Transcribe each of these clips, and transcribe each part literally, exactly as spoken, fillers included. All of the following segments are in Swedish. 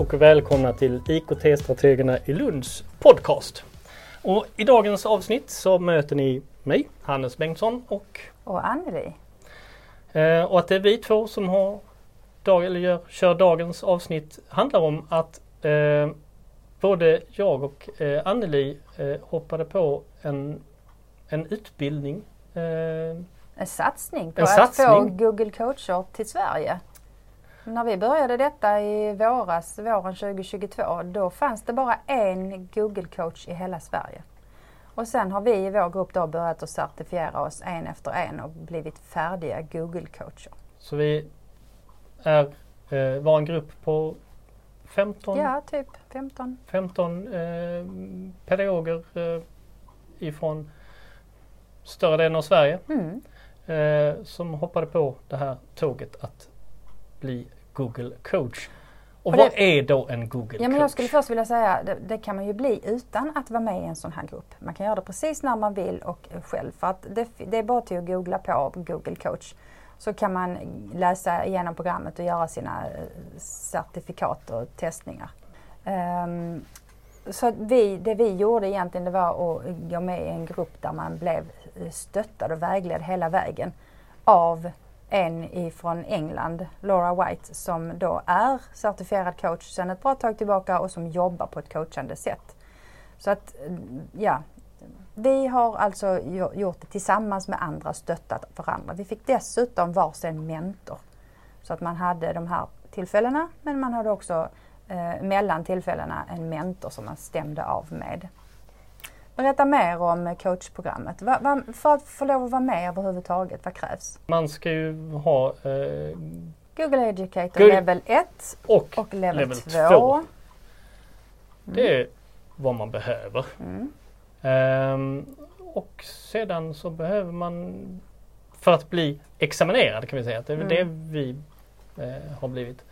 och välkomna till I K T-strategerna i Lunds podcast. Och i dagens avsnitt så möter ni mig, Hannes Bengtsson och, och Anneli. Eh, och att det är vi två som har dag, eller gör, kör dagens avsnitt handlar om att eh, både jag och eh, Anneli eh, hoppade på en, en utbildning. Eh, en satsning på en att satsning. få Google Coacher till Sverige. När vi började detta i våras, våren tjugohundratjugotvå, då fanns det bara en Google Coach i hela Sverige. Och sen har vi i vår grupp då börjat att certifiera oss en efter en och blivit färdiga Google Coacher. Så vi är, eh, var en grupp på femton, ja, typ femton. femton eh, pedagoger eh, ifrån större delen av Sverige Mm. eh, som hoppade på det här tåget att bli Google Coach. Och, Och vad det, är då en Google ja, men Coach? jag skulle först vilja säga det, det kan man ju bli utan att vara med i en sån här grupp. Man kan göra det precis när man vill och själv. För att det, det är bara till att googla på Google Coach. Så kan man läsa igenom programmet och göra sina certifikat och testningar. Um, så vi, det vi gjorde egentligen det var att gå med i en grupp där man blev stöttad och vägledd hela vägen av en ifrån England, Laura White, som då är certifierad coach sedan ett bra tag tillbaka och som jobbar på ett coachande sätt. Så att, ja, vi har alltså gjort det tillsammans med andra, stöttat varandra. Vi fick dessutom varsin mentor. Så att man hade de här tillfällena, men man hade också eh, mellan tillfällena en mentor som man stämde av med. Berätta mer om coachprogrammet. Va, va, för att få lov att vara med överhuvudtaget, vad krävs? Man ska ju ha eh, Google Educator Google level ett och, och level, level två. två. Mm. Det är vad man behöver. Mm. Um, och sedan så behöver man, för att bli examinerad kan vi säga, att det är mm. det vi eh, har blivit,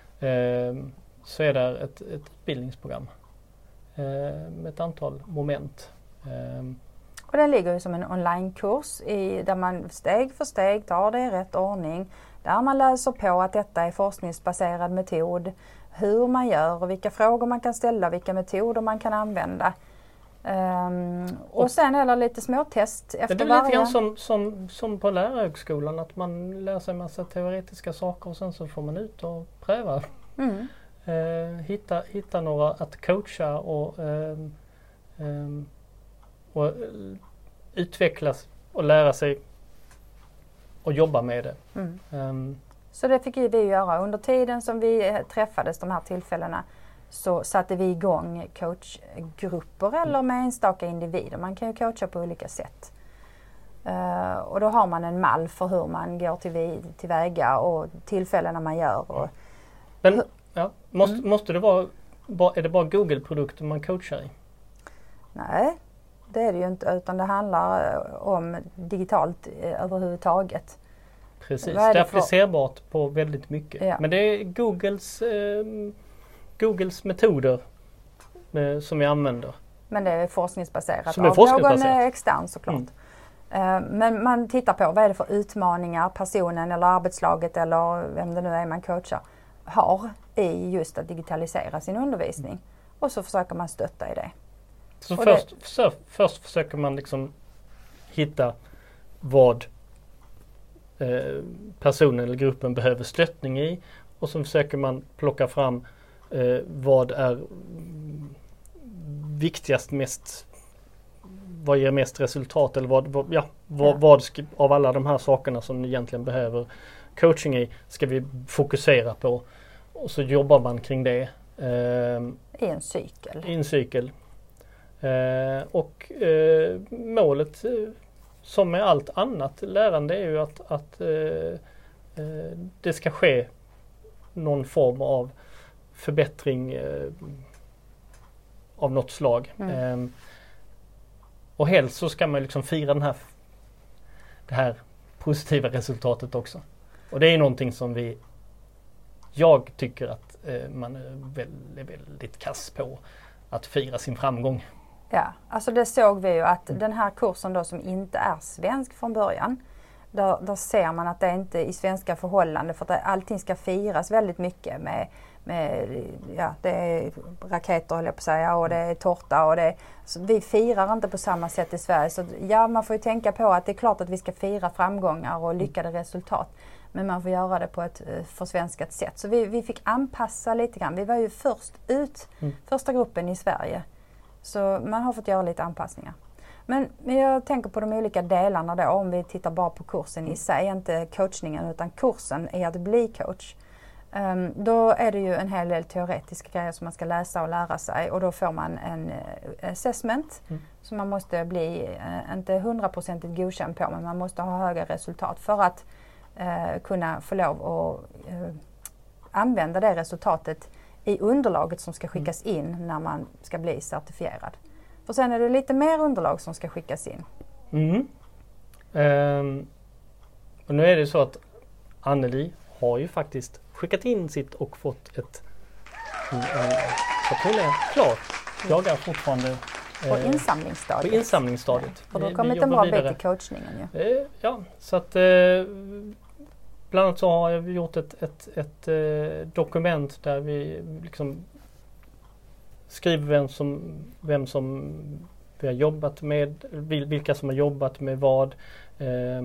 eh, så är det ett, ett utbildningsprogram eh, med ett antal moment. Eh, och den ligger ju som en onlinekurs i, där man steg för steg tar det i rätt ordning. Där man läser på att detta är forskningsbaserad metod, hur man gör och vilka frågor man kan ställa, vilka metoder man kan använda. Um, och, och sen är det lite små test efter det är varje. lite grann som, som, som på lärarhögskolan, att man lär sig en massa teoretiska saker och sen så får man ut och pröva. Mm. Uh, hitta, hitta några att coacha och, um, um, och uh, utvecklas och lära sig och jobba med det. Mm. Um, så det fick vi göra. Under tiden som vi träffades de här tillfällena så satte vi igång coachgrupper eller med enstaka individer. Man kan ju coacha på olika sätt. Uh, och då har man en mall för hur man går till, tillväga och tillfällena man gör. Och Men ja, måste, mm. måste det vara, är det bara Google-produkter man coachar i? Nej, det är det ju inte, utan det handlar om digitalt överhuvudtaget. Precis, det är det är applicerbart på väldigt mycket. Ja. Men det är Googles, eh, Googles metoder eh, som vi använder. Men det är forskningsbaserat som är av forskningsbaserat. någon extern såklart. Mm. Uh, men man tittar på vad är det för utmaningar personen eller arbetslaget eller vem det nu är man coachar har i just att digitalisera sin undervisning. Och så försöker man stötta i det. Så och först, det, för, först försöker man liksom hitta vad eh, personen eller gruppen behöver stöttning i, och så försöker man plocka fram eh, vad är viktigast, mest, vad ger mest resultat, eller vad, vad, ja, vad, ja. vad ska, av alla de här sakerna som ni egentligen behöver coaching i ska vi fokusera på, och så jobbar man kring det eh, i en cykel. i en cykel. Eh, och eh, målet, eh, som med allt annat lärande, är ju att, att eh, eh, det ska ske någon form av förbättring eh, av något slag. Mm. Eh, och helst så ska man liksom fira den här, det här positiva resultatet också. Och det är någonting som vi, jag tycker att eh, man är väldigt, väldigt kass på, att fira sin framgång. Ja, alltså det såg vi ju att den här kursen då som inte är svensk från början, där, där ser man att det inte är i svenska förhållanden, för att allting ska firas väldigt mycket med, med ja, det är raketer höll jag på att säga och det är tårta och det så vi firar inte på samma sätt i Sverige. Så ja, man får ju tänka på att det är klart att vi ska fira framgångar och lyckade resultat. Men man får göra det på ett försvenskat sätt. Så vi, vi fick anpassa lite grann. Vi var ju först ut, mm. första gruppen i Sverige. Så man har fått göra lite anpassningar. Men jag tänker på de olika delarna då, om vi tittar bara på kursen i sig, inte coachningen utan kursen är att bli coach. Um, då är det ju en hel del teoretiska grejer som man ska läsa och lära sig och då får man en uh, assessment mm. som man måste bli, uh, inte hundraprocentigt godkänd på, men man måste ha höga resultat för att uh, kunna få lov att uh, använda det resultatet i underlaget som ska skickas in när man ska bli certifierad. För sen är det lite mer underlag som ska skickas in. Mm. Um, och nu är det så att Anneli har ju faktiskt skickat in sitt och fått ett en, en, så att hon är klar. Jag är fortfarande på eh, insamlingsstadiet. På insamlingsstadiet. Ja, för då har kommit en bra bit i coachningen ju. Eh, ja, så att eh, bland annat så har jag gjort ett, ett, ett eh, dokument där vi liksom skriver vem som, vem som vi har jobbat med, vilka som har jobbat med vad eh,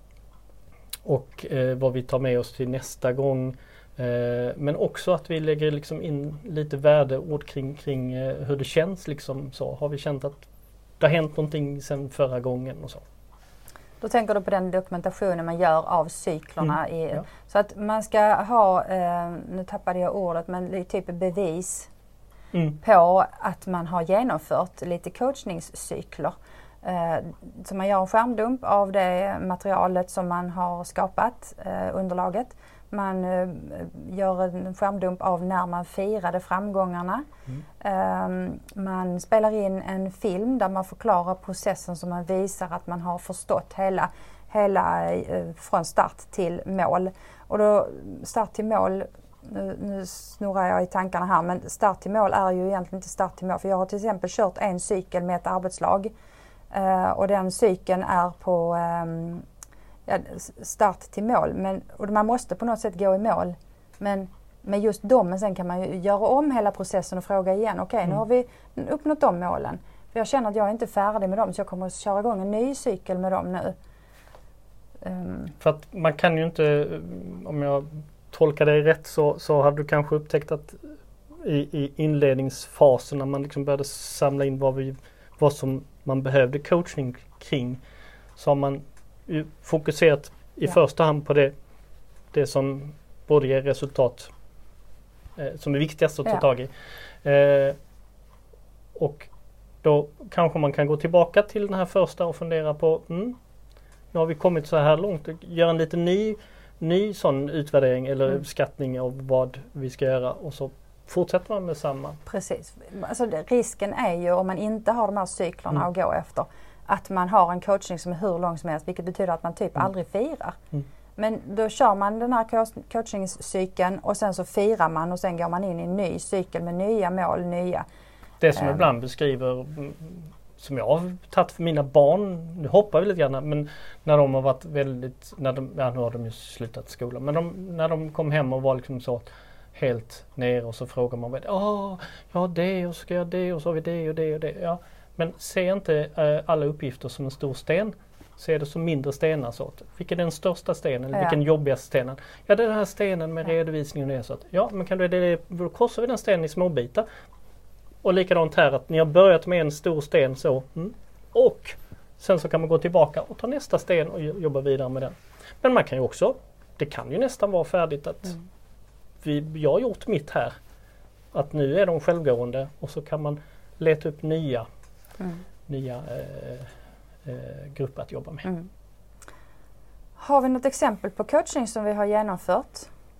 och eh, vad vi tar med oss till nästa gång. Eh, men också att vi lägger liksom in lite värdeord kring, kring eh, hur det känns. Liksom, så. Har vi känt att det har hänt någonting sedan förra gången och så. Då tänker du på den dokumentationen man gör av cyklerna. Mm, i, ja. Så att man ska ha, eh, nu tappade jag ordet, men det är typ bevis mm. på att man har genomfört lite coachningscykler. Eh, så man gör en skärmdump av det materialet som man har skapat, eh, underlaget. Man eh, gör en skärmdump av när man firade framgångarna. Mm. Eh, man spelar in en film där man förklarar processen som man visar att man har förstått hela, hela eh, från start till mål. Och då start till mål, nu, nu snurrar jag i tankarna här, men start till mål är ju egentligen inte start till mål. För jag har till exempel kört en cykel med ett arbetslag. Uh, och den cykeln är på um, ja, start till mål. Men, och man måste på något sätt gå i mål. Men med just dem, men sen kan man ju göra om hela processen och fråga igen. Okej, okay, mm. nu har vi uppnått de målen. För jag känner att jag är inte färdig med dem så jag kommer att köra igång en ny cykel med dem nu. Um. För att man kan ju inte, om jag tolkar dig rätt så, så hade du kanske upptäckt att i, i inledningsfasen när man liksom började samla in vad, vi, vad som man behövde coachning kring, så har man ju fokuserat i ja. första hand på det, det som både ger resultat eh, som är viktigast att ta ja. tag i. Eh, och då kanske man kan gå tillbaka till den här första och fundera på mm, nu har vi kommit så här långt, göra en liten ny, ny sån utvärdering eller mm. uppskattning av vad vi ska göra och så fortsätter man med samma. Precis. Alltså det, risken är ju om man inte har de här cyklerna mm. att gå efter att man har en coaching som är hur lång som helst, vilket betyder att man typ mm. aldrig firar. Mm. Men då kör man den här coachingcykeln och sen så firar man och sen går man in i en ny cykel med nya mål, nya. Det som um, ibland beskriver, som jag har tagit för mina barn, nu hoppar vi lite grann, men när de har varit väldigt, när de, ja, nu har de ju slutat skolan, men de, när de kom hem och var liksom så helt ner och så frågar man vad oh, ja det och så ska jag det och så har vi det och det och det. Ja. Men se inte äh, alla uppgifter som en stor sten. Se det som mindre stenar. Så att, vilken är den största stenen? Eller ja. vilken jobbigaste stenen? Ja, det är den här stenen med ja. redovisning och det. Så att, ja, men kan du det, då korsar vi den stenen i små bitar. Och likadant här att ni har börjat med en stor sten så. Mm, och sen så kan man gå tillbaka och ta nästa sten och jobba vidare med den. Men man kan ju också, det kan ju nästan vara färdigt att mm. vi, jag har gjort mitt här. Att nu är de självgående och så kan man leta upp nya, mm. nya eh, eh, grupper att jobba med. Mm. Har vi något exempel på coaching som vi har genomfört?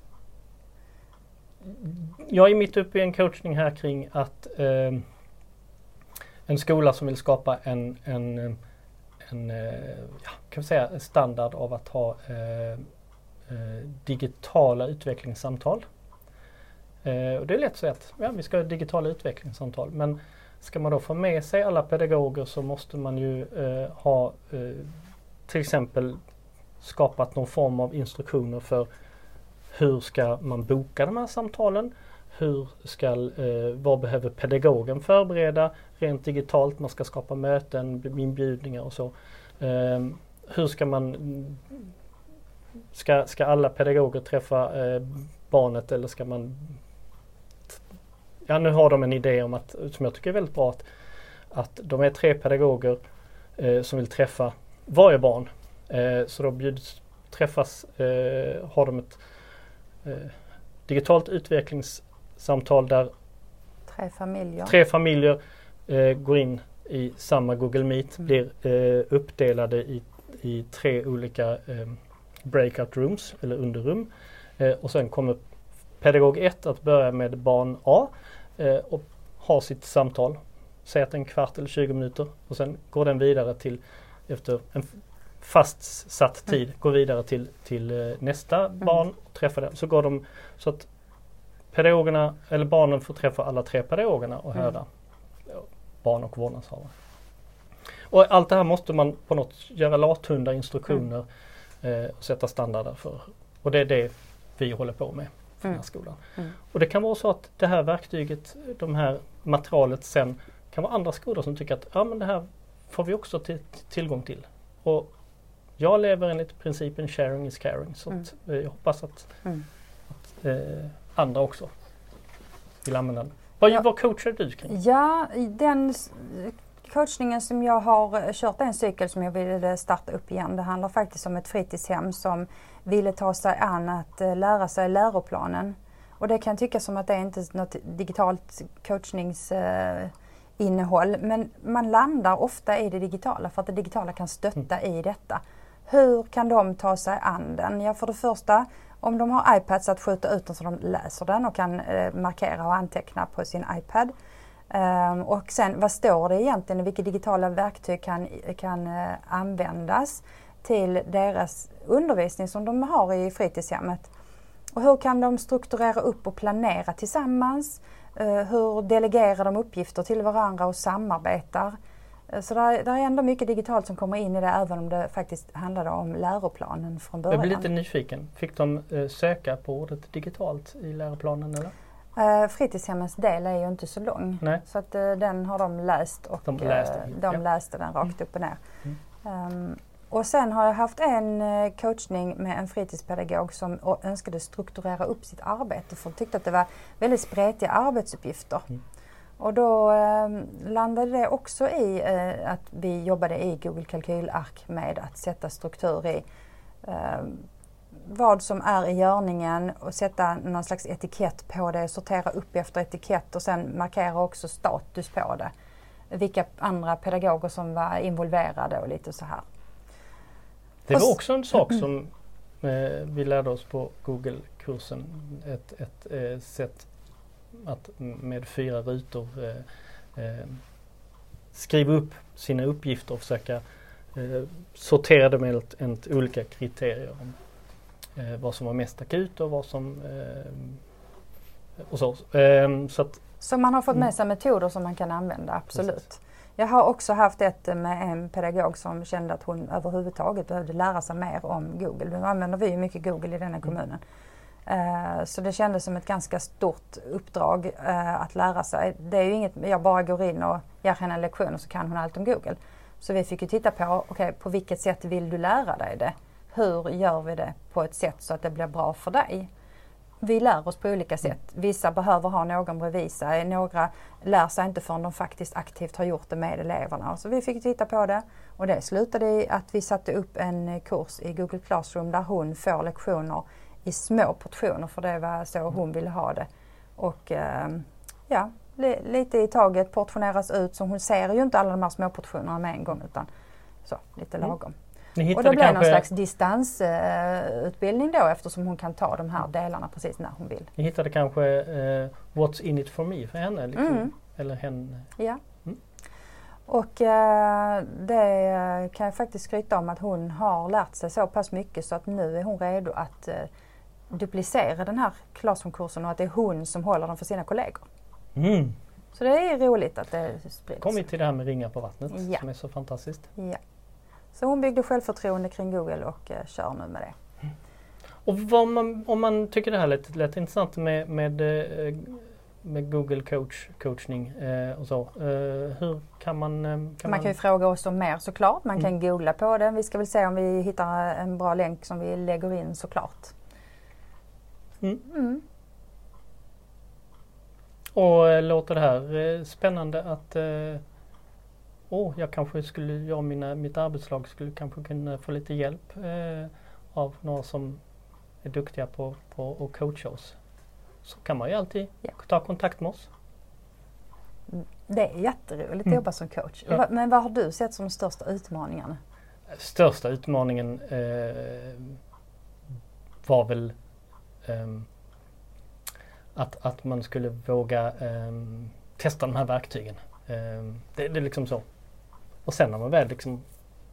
Jag är mitt uppe i en coachning här kring att eh, en skola som vill skapa en, en, en ja, kan vi säga, standard av att ha eh, eh, digitala utvecklingssamtal. Eh, och det är lätt att säga att ja, vi ska ha digitala utvecklingssamtal, men ska man då få med sig alla pedagoger så måste man ju eh, ha eh, till exempel skapat någon form av instruktioner för hur ska man boka de här samtalen? hur ska, eh, vad behöver pedagogen förbereda rent digitalt? Man ska skapa möten, inbjudningar och så. Eh, hur ska man, ska, ska alla pedagoger träffa eh, barnet eller ska man, ja nu har de en idé om att, som jag tycker är väldigt bra, att, att de är tre pedagoger eh, som vill träffa varje barn. Eh, så då bjuds, träffas, eh, har de ett eh, digitalt utvecklingssamtal där Tre familjer, tre familjer eh, går in i samma Google Meet, mm. blir eh, uppdelade i, i tre olika eh, breakout rooms eller underrum. Eh, och sen kommer pedagog ett att börja med barn A eh, och ha sitt samtal. Säg att en kvart eller tjugo minuter och sen går den vidare till, efter en fastsatt tid, mm. går vidare till, till eh, nästa mm. barn och träffar den. Så går de så att pedagogerna eller barnen får träffa alla tre pedagogerna och höra mm. barn och vårdnadshavare. Och allt det här måste man på något göra lathundar, instruktioner mm. eh, och sätta standarder för. Och det är det vi håller på med för mm. den här skolan. Mm. Och det kan vara så att det här verktyget, de här materialet sen kan vara andra skolor som tycker att ja, men det här får vi också till, tillgång till. Och jag lever enligt principen sharing is caring. Så mm. att, eh, jag hoppas att, mm. att eh, andra också vill använda den. Vad, ja. vad coachar du kring? Ja, den coachningen som jag har kört en cykel som jag ville starta upp igen. Det handlar faktiskt om ett fritidshem som ville ta sig an att lära sig läroplanen. Och det kan tyckas som att det inte är något digitalt coachningsinnehåll. Men man landar ofta i det digitala för att det digitala kan stötta mm. i detta. Hur kan de ta sig an den? Ja, för det första, om de har iPads att skjuta ut den så de läser den och kan eh, markera och anteckna på sin iPad. Um, och sen, vad står det egentligen? Vilka digitala verktyg kan, kan uh, användas till deras undervisning som de har i fritidshemmet? Och hur kan de strukturera upp och planera tillsammans? Uh, hur delegerar de uppgifter till varandra och samarbetar? Så det är, det är ändå mycket digitalt som kommer in i det, även om det faktiskt handlade om läroplanen från början. Jag blir lite nyfiken. Fick de eh, söka på ordet digitalt i läroplanen eller? Uh, fritidshemmens del är ju inte så lång. Nej. Så att uh, den har de läst och de läste, uh, de ja. läste den rakt mm. upp och ner. Mm. Um, och sen har jag haft en uh, coachning med en fritidspedagog som önskade strukturera upp sitt arbete för hon tyckte att det var väldigt spretiga arbetsuppgifter. Mm. Och då eh, landade det också i eh, att vi jobbade i Google kalkylark med att sätta struktur i eh, vad som är i görningen och sätta någon slags etikett på det, sortera upp efter etikett och sen markera också status på det. Vilka andra pedagoger som var involverade och lite så här. Det var också en sak som eh, vi lärde oss på Google-kursen. Ett, ett eh, sätt att med fyra rutor eh, eh, skriva upp sina uppgifter och försöka eh, sortera dem enligt, enligt olika kriterier om eh, vad som var mest akut och vad som eh, och så. Eh, så, att, så man har fått med sig metoder som man kan använda, absolut. Precis. Jag har också haft ett med en pedagog som kände att hon överhuvudtaget behövde lära sig mer om Google. Nu använder vi ju mycket Google i denna kommunen. Mm. Uh, så det kändes som ett ganska stort uppdrag uh, att lära sig. Det är ju inget, jag bara går in och ger henne en lektion och så kan hon allt om Google. Så vi fick ju titta på, okay, på vilket sätt vill du lära dig det? Hur gör vi det på ett sätt så att det blir bra för dig? Vi lär oss på olika sätt. Vissa behöver ha någon bredvid sig. Några lär sig inte förrän de faktiskt aktivt har gjort det med eleverna. Så vi fick titta på det. Och det slutade i att vi satte upp en kurs i Google Classroom där hon får lektioner i små portioner, för det var så hon ville ha det. Och eh, ja, li, lite i taget portioneras ut, så hon ser ju inte alla de här små portionerna med en gång, utan så, lite lagom. Mm. Och då blir det någon slags distansutbildning då, eftersom hon kan ta de här delarna precis när hon vill. Ni hittade kanske uh, What's in it for me för henne? Liksom, mm. Eller henne? Ja. Mm. Och eh, det kan jag faktiskt skryta om att hon har lärt sig så pass mycket så att nu är hon redo att eh, duplicera den här Classroom-kursen och att det är hon som håller den för sina kollegor. Mm. Så det är roligt att det sprids. Kom vi till det här med ringar på vattnet, ja. som är så fantastiskt. Ja. Så hon byggde självförtroende kring Google och eh, kör nu med det. Mm. Och vad man, om man tycker det här lät, lät intressant med, med eh, med Google coach, coachning eh, och så. Eh, hur kan man... Eh, kan man, man kan ju fråga oss om mer såklart. Man mm. kan googla på det. Vi ska väl se om vi hittar en bra länk som vi lägger in såklart. Mm. Mm. Och eh, låter det här eh, spännande att eh, oh, jag kanske skulle, jag och mina, mitt arbetslag skulle kanske kunna få lite hjälp eh, av några som är duktiga på, på att coacha oss. Så kan man ju alltid ja. ta kontakt med oss. Det är jätteroligt Mm. att jobba som coach. Ja. Men vad har du sett som de största utmaningarna? Största utmaningen eh, var väl eh, att, att man skulle våga eh, testa de här verktygen. Eh, det, det är liksom så. Och sen när man väl liksom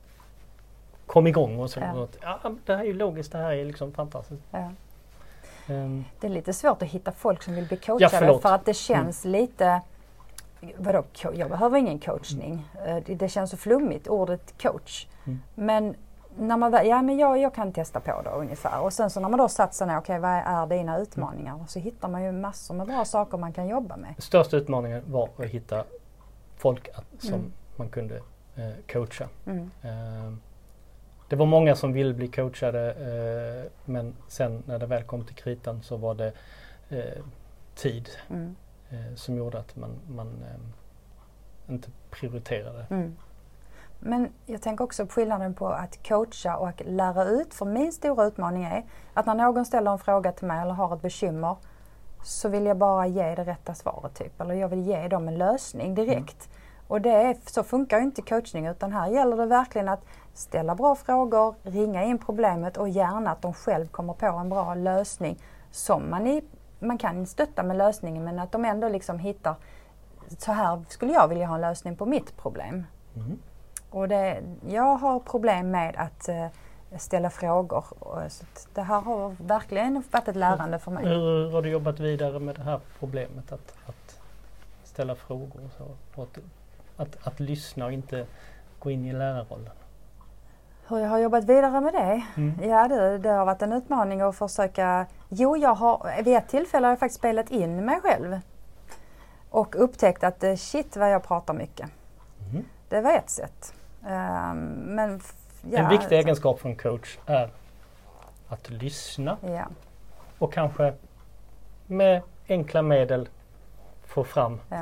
kom igång och så. Ja. Och, ja, det här är ju logiskt, det här är liksom fantastiskt. Ja. Um, Det är lite svårt att hitta folk som vill bli coachade Ja, förlåt. för att det känns mm. lite... Vadå, jag behöver ingen coachning. Det, det känns så flummigt, ordet coach. Mm. Men när man väl, ja men jag, jag kan testa på det ungefär. Och sen så när man då satsar ner, okej okay, vad är dina utmaningar? Mm. Så hittar man ju massor med bra saker man kan jobba med. Största utmaningen var att hitta folk att, som Mm. man kunde eh, coacha. Mm. Eh, det var många som ville bli coachade eh, men sen när det väl kom till kritan så var det eh, tid Mm. eh, som gjorde att man, man eh, inte prioriterade. Mm. Men jag tänker också på skillnaden på att coacha och att lära ut. För min stora utmaning är att när någon ställer en fråga till mig eller har ett bekymmer så vill jag bara ge det rätta svaret typ. Eller jag vill ge dem en lösning direkt. Mm. Och det är, så funkar ju inte coachning, utan här gäller det verkligen att ställa bra frågor, ringa in problemet och gärna att de själv kommer på en bra lösning som man, i, man kan stötta med lösningen, men att de ändå liksom hittar, så här skulle jag vilja ha en lösning på mitt problem. Mm. Och det, jag har problem med att uh, ställa frågor. Så det här har verkligen varit ett lärande för mig. Hur har du jobbat vidare med det här problemet att, att ställa frågor och så? Och att, att, att lyssna och inte gå in i lärarrollen? Hur jag har jobbat vidare med det? Mm. Ja, det, det har varit en utmaning att försöka... Jo, jag har, vid ett tillfälle har jag faktiskt spelat in mig själv. Och upptäckt att shit vad jag pratar mycket. Mm. Det var ett sätt. Um, men, ja, en viktig egenskap för en coach är att lyssna. Ja. Och kanske med enkla medel få fram ja.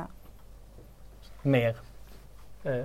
mer. Eh,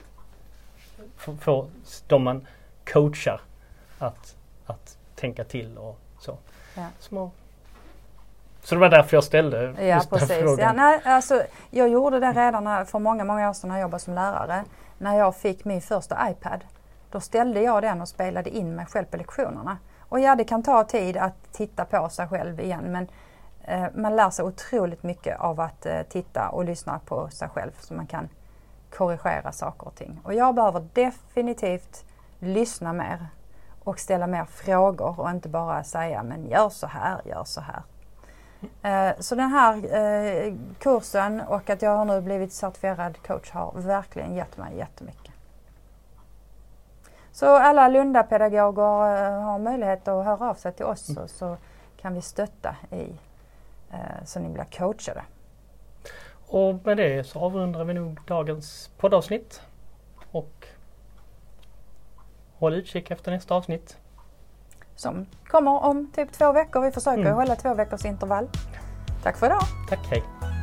få, få de man coachar att, att tänka till och så. Ja. Små. Så det var därför jag ställde ja, just den precis. frågan. Ja, nej, alltså, jag gjorde det redan för många, många år sedan när jag jobbade som lärare. När jag fick min första iPad, då ställde jag den och spelade in mig själv på lektionerna. Och ja, det kan ta tid att titta på sig själv igen, men eh, man lär sig otroligt mycket av att eh, titta och lyssna på sig själv så man kan korrigera saker och ting. Och jag behöver definitivt lyssna mer och ställa mer frågor och inte bara säga men gör så här, gör så här. Eh, så den här eh, kursen och att jag har nu blivit certifierad coach har verkligen gett mig jättemycket. Så alla Lundapedagoger eh, har möjlighet att höra av sig till oss mm. så, så kan vi stötta i eh, så ni blir coachade. Och med det så avrundar vi nog dagens poddavsnitt och håll utkik efter nästa avsnitt. Som kommer om typ två veckor. Vi försöker mm. hålla två veckors intervall. Tack för idag. Tack, hej.